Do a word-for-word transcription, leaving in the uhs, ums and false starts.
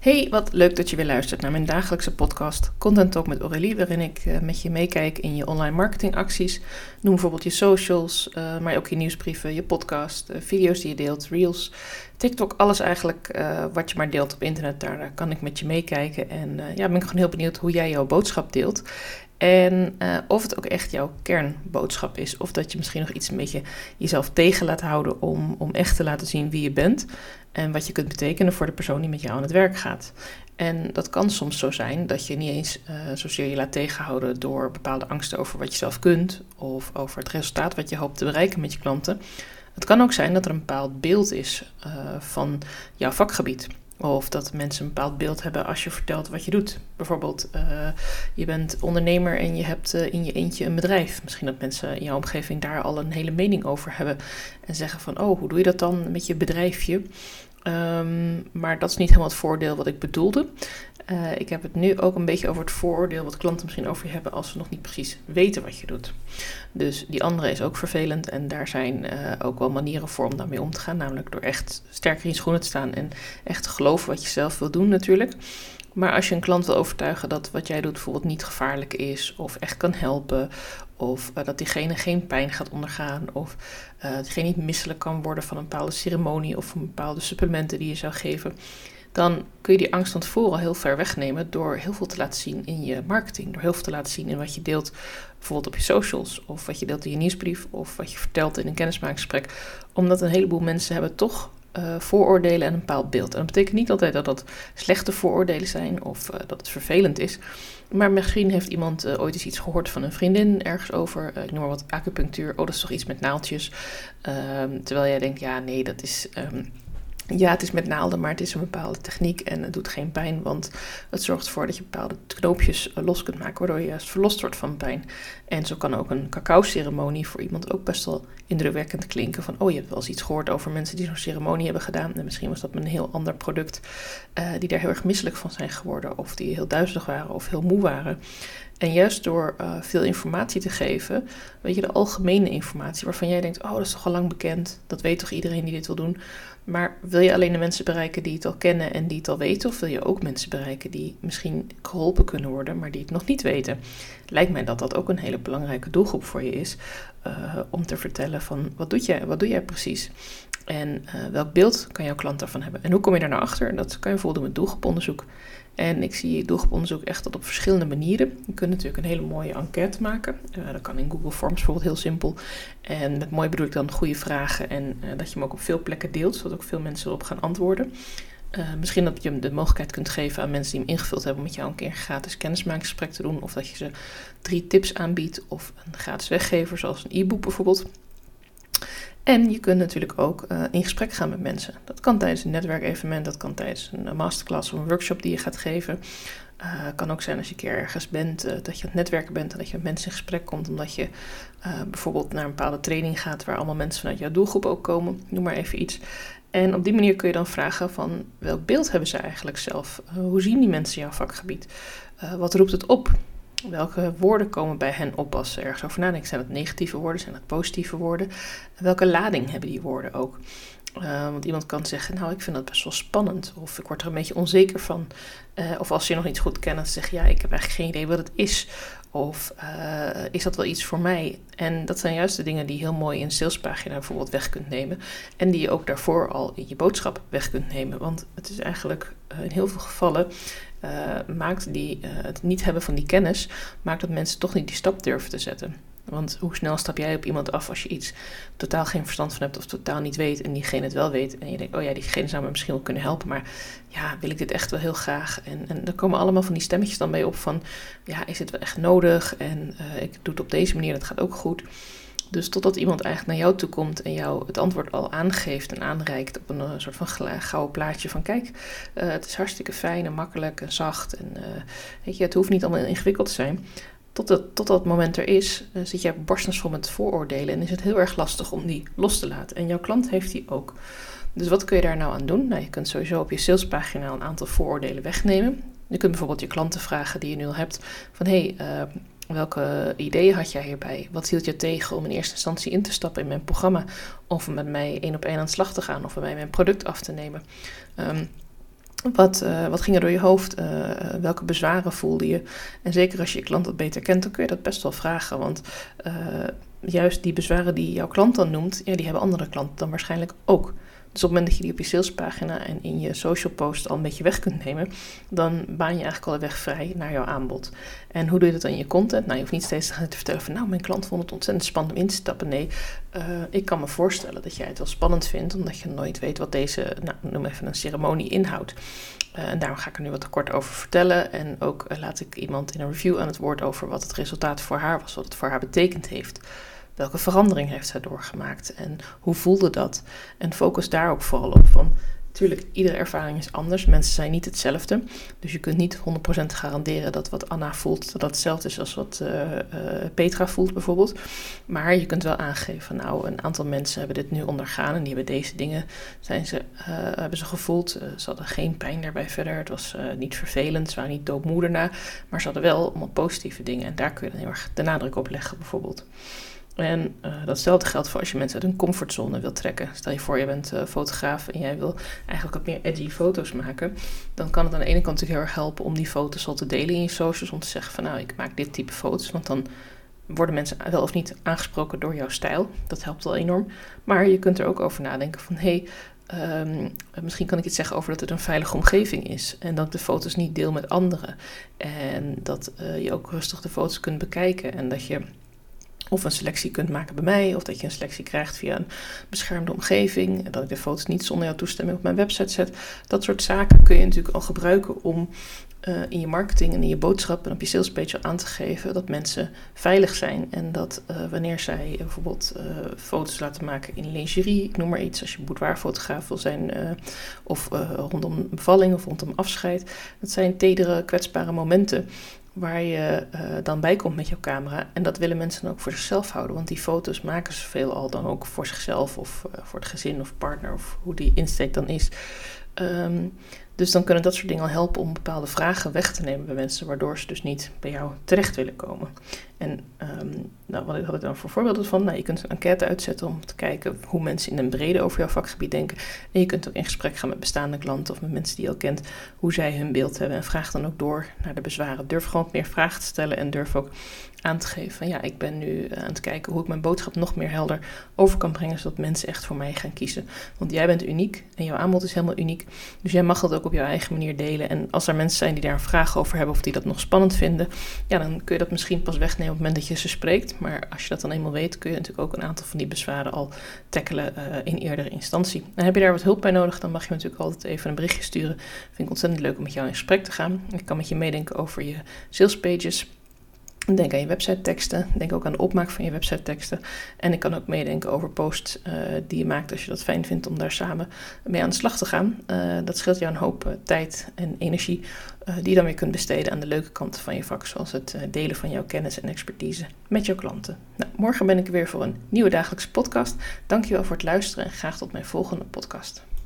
Hey, wat leuk dat je weer luistert naar mijn dagelijkse podcast Content Talk met Aurélie, waarin ik uh, met je meekijk in je online marketingacties. Noem bijvoorbeeld je socials, uh, maar ook je nieuwsbrieven, je podcast, uh, video's die je deelt, reels, TikTok, alles eigenlijk uh, wat je maar deelt op internet. Daar uh, kan ik met je meekijken en uh, ja, ben ik gewoon heel benieuwd hoe jij jouw boodschap deelt. En uh, of het ook echt jouw kernboodschap is. Of dat je misschien nog iets een beetje jezelf tegen laat houden om, om echt te laten zien wie je bent. En wat je kunt betekenen voor de persoon die met jou aan het werk gaat. En dat kan soms zo zijn dat je niet eens uh, zozeer je laat tegenhouden door bepaalde angsten over wat je zelf kunt. Of over het resultaat wat je hoopt te bereiken met je klanten. Het kan ook zijn dat er een bepaald beeld is uh, van jouw vakgebied. Of dat mensen een bepaald beeld hebben als je vertelt wat je doet. Bijvoorbeeld, uh, je bent ondernemer en je hebt uh, in je eentje een bedrijf. Misschien dat mensen in jouw omgeving daar al een hele mening over hebben. En zeggen van, oh, hoe doe je dat dan met je bedrijfje? Um, maar dat is niet helemaal het voordeel wat ik bedoelde. Uh, ik heb het nu ook een beetje over het vooroordeel wat klanten misschien over je hebben als ze nog niet precies weten wat je doet. Dus die andere is ook vervelend en daar zijn uh, ook wel manieren voor om daarmee om te gaan. Namelijk door echt sterker in je schoenen te staan en echt te geloven wat je zelf wil doen natuurlijk. Maar als je een klant wil overtuigen dat wat jij doet bijvoorbeeld niet gevaarlijk is of echt kan helpen, of uh, dat diegene geen pijn gaat ondergaan, of uh, diegene niet misselijk kan worden van een bepaalde ceremonie of van bepaalde supplementen die je zou geven, dan kun je die angst van tevoren al heel ver wegnemen door heel veel te laten zien in je marketing. Door heel veel te laten zien in wat je deelt, bijvoorbeeld op je socials, of wat je deelt in je nieuwsbrief, of wat je vertelt in een kennismakingsgesprek. Omdat een heleboel mensen hebben toch Uh, vooroordelen en een bepaald beeld. En dat betekent niet altijd dat dat slechte vooroordelen zijn of uh, dat het vervelend is. Maar misschien heeft iemand uh, ooit eens iets gehoord van een vriendin ergens over. Uh, ik noem maar wat acupunctuur. Oh, dat is toch iets met naaldjes. Uh, terwijl jij denkt, ja nee, dat is... Um, Ja, het is met naalden, maar het is een bepaalde techniek en het doet geen pijn, want het zorgt ervoor dat je bepaalde knoopjes los kunt maken, waardoor je juist verlost wordt van pijn. En zo kan ook een cacao-ceremonie voor iemand ook best wel indrukwekkend klinken van, oh, je hebt wel eens iets gehoord over mensen die zo'n ceremonie hebben gedaan en misschien was dat met een heel ander product uh, die daar heel erg misselijk van zijn geworden of die heel duizelig waren of heel moe waren. En juist door uh, veel informatie te geven, weet je, de algemene informatie waarvan jij denkt, oh, dat is toch al lang bekend, dat weet toch iedereen die dit wil doen. Maar wil je alleen de mensen bereiken die het al kennen en die het al weten, of wil je ook mensen bereiken die misschien geholpen kunnen worden, maar die het nog niet weten? Lijkt mij dat dat ook een hele belangrijke doelgroep voor je is, uh, om te vertellen van, wat doe jij, wat doe jij precies? En uh, welk beeld kan jouw klant daarvan hebben? En hoe kom je daar nou achter? Dat kan je bijvoorbeeld doen met doelgroeponderzoek. En ik zie doelgroeponderzoek echt tot op verschillende manieren. Je kunt natuurlijk een hele mooie enquête maken. Uh, dat kan in Google Forms bijvoorbeeld heel simpel. En met mooi bedoel ik dan goede vragen en uh, dat je hem ook op veel plekken deelt, zodat ook veel mensen erop gaan antwoorden. Uh, misschien dat je hem de mogelijkheid kunt geven aan mensen die hem ingevuld hebben om met jou een keer een gratis kennismakingsgesprek te doen. Of dat je ze drie tips aanbiedt of een gratis weggever, zoals een e-book bijvoorbeeld. En je kunt natuurlijk ook uh, in gesprek gaan met mensen. Dat kan tijdens een netwerkevenement, dat kan tijdens een masterclass of een workshop die je gaat geven. Het uh, kan ook zijn als je een keer ergens bent, uh, dat je aan het netwerken bent en dat je met mensen in gesprek komt. Omdat je uh, bijvoorbeeld naar een bepaalde training gaat waar allemaal mensen vanuit jouw doelgroep ook komen. Noem maar even iets. En op die manier kun je dan vragen van welk beeld hebben ze eigenlijk zelf? Uh, hoe zien die mensen jouw vakgebied? Uh, wat roept het op? Welke woorden komen bij hen op als ze ergens over nadenken? Zijn het negatieve woorden? Zijn het positieve woorden? Welke lading hebben die woorden ook? Uh, want iemand kan zeggen, nou, ik vind dat best wel spannend. Of ik word er een beetje onzeker van. Uh, of als je nog niet goed kent, dan zeg je, ja, ik heb eigenlijk geen idee wat het is. Of uh, is dat wel iets voor mij? En dat zijn juist de dingen die je heel mooi in een salespagina bijvoorbeeld weg kunt nemen. En die je ook daarvoor al in je boodschap weg kunt nemen. Want het is eigenlijk uh, in heel veel gevallen uh, maakt die, uh, het niet hebben van die kennis, maakt dat mensen toch niet die stap durven te zetten. Want hoe snel stap jij op iemand af als je iets totaal geen verstand van hebt of totaal niet weet en diegene het wel weet. En je denkt, oh ja, diegene zou me misschien wel kunnen helpen, maar ja, wil ik dit echt wel heel graag? En, en er komen allemaal van die stemmetjes dan mee op van, ja, is het wel echt nodig? En uh, ik doe het op deze manier, dat gaat ook goed. Dus totdat iemand eigenlijk naar jou toe komt en jou het antwoord al aangeeft en aanreikt op een uh, soort van gouden plaatje van kijk, uh, het is hartstikke fijn en makkelijk en zacht en uh, weet je, het hoeft niet allemaal ingewikkeld te zijn. Tot dat, tot dat moment er is, uh, zit jij borstensvol met vooroordelen en is het heel erg lastig om die los te laten. En jouw klant heeft die ook. Dus wat kun je daar nou aan doen? Nou, je kunt sowieso op je salespagina een aantal vooroordelen wegnemen. Je kunt bijvoorbeeld je klanten vragen die je nu al hebt van hé, hey, uh, welke ideeën had jij hierbij? Wat hield je tegen om in eerste instantie in te stappen in mijn programma? Of met mij één op één aan de slag te gaan of bij mij mijn product af te nemen? Um, Wat, uh, wat ging er door je hoofd? Uh, welke bezwaren voelde je? En zeker als je je klant wat beter kent, dan kun je dat best wel vragen. Want uh, juist die bezwaren die jouw klant dan noemt, ja, die hebben andere klanten dan waarschijnlijk ook. Dus op het moment dat je die op je salespagina en in je social post al een beetje weg kunt nemen, dan baan je eigenlijk al de weg vrij naar jouw aanbod. En hoe doe je dat dan in je content? Nou, je hoeft niet steeds te vertellen van, nou, mijn klant vond het ontzettend spannend om in te stappen. Nee, uh, ik kan me voorstellen dat jij het wel spannend vindt, omdat je nooit weet wat deze, nou, noem even een ceremonie inhoudt. Uh, en daarom ga ik er nu wat kort over vertellen. En ook uh, laat ik iemand in een review aan het woord over wat het resultaat voor haar was, wat het voor haar betekend heeft. Welke verandering heeft zij doorgemaakt en hoe voelde dat? En focus daar ook vooral op. Van, natuurlijk, iedere ervaring is anders. Mensen zijn niet hetzelfde. Dus je kunt niet honderd procent garanderen dat wat Anna voelt, dat dat hetzelfde is als wat uh, uh, Petra voelt bijvoorbeeld. Maar je kunt wel aangeven, nou, een aantal mensen hebben dit nu ondergaan en die hebben deze dingen, zijn ze, uh, hebben ze gevoeld. Uh, ze hadden geen pijn daarbij verder. Het was uh, niet vervelend, ze waren niet doodmoe daarna. Maar ze hadden wel allemaal positieve dingen en daar kun je dan heel erg de nadruk op leggen bijvoorbeeld. En uh, datzelfde geldt voor als je mensen uit een comfortzone wilt trekken. Stel je voor, je bent uh, fotograaf en jij wil eigenlijk wat meer edgy foto's maken. Dan kan het aan de ene kant natuurlijk heel erg helpen om die foto's al te delen in je socials. Om te zeggen van, nou, ik maak dit type foto's. Want dan worden mensen wel of niet aangesproken door jouw stijl. Dat helpt wel enorm. Maar je kunt er ook over nadenken van, hé, hey, um, misschien kan ik iets zeggen over dat het een veilige omgeving is. En dat ik de foto's niet deel met anderen. En dat uh, je ook rustig de foto's kunt bekijken. En dat je of een selectie kunt maken bij mij, of dat je een selectie krijgt via een beschermde omgeving, en dat ik de foto's niet zonder jouw toestemming op mijn website zet. Dat soort zaken kun je natuurlijk al gebruiken om uh, in je marketing en in je boodschap en op je salespage aan te geven dat mensen veilig zijn. En dat uh, wanneer zij bijvoorbeeld uh, foto's laten maken in lingerie, ik noem maar iets, als je boudoirfotograaf wil zijn, uh, of uh, rondom bevalling of rondom afscheid. Dat zijn tedere, kwetsbare momenten waar je uh, dan bij komt met jouw camera. En dat willen mensen dan ook voor zichzelf houden. Want die foto's maken ze veelal dan ook voor zichzelf of uh, voor het gezin of partner of hoe die insteek dan is. Um, dus dan kunnen dat soort dingen al helpen om bepaalde vragen weg te nemen bij mensen, waardoor ze dus niet bij jou terecht willen komen. En um, nou, wat had ik dan voor voorbeelden van? Nou, je kunt een enquête uitzetten om te kijken hoe mensen in een brede over jouw vakgebied denken. En je kunt ook in gesprek gaan met bestaande klanten of met mensen die je al kent, hoe zij hun beeld hebben. En vraag dan ook door naar de bezwaren. Durf gewoon meer vragen te stellen en durf ook aan te geven van, ja, ik ben nu aan het kijken hoe ik mijn boodschap nog meer helder over kan brengen, zodat mensen echt voor mij gaan kiezen. Want jij bent uniek en jouw aanbod is helemaal uniek. Dus jij mag dat ook op jouw eigen manier delen. En als er mensen zijn die daar een vraag over hebben of die dat nog spannend vinden, ja, dan kun je dat misschien pas wegnemen op het moment dat je ze spreekt. Maar als je dat dan eenmaal weet, kun je natuurlijk ook een aantal van die bezwaren al tackelen uh, in eerdere instantie. En heb je daar wat hulp bij nodig, dan mag je natuurlijk altijd even een berichtje sturen. Vind ik ontzettend leuk om met jou in gesprek te gaan. Ik kan met je meedenken over je salespages. Denk aan je website teksten. Denk ook aan de opmaak van je website teksten. En ik kan ook meedenken over posts uh, die je maakt als je dat fijn vindt om daar samen mee aan de slag te gaan. Uh, dat scheelt jou een hoop uh, tijd en energie uh, die je dan weer kunt besteden aan de leuke kanten van je vak. Zoals het uh, delen van jouw kennis en expertise met jouw klanten. Nou, morgen ben ik er weer voor een nieuwe dagelijkse podcast. Dankjewel voor het luisteren en graag tot mijn volgende podcast.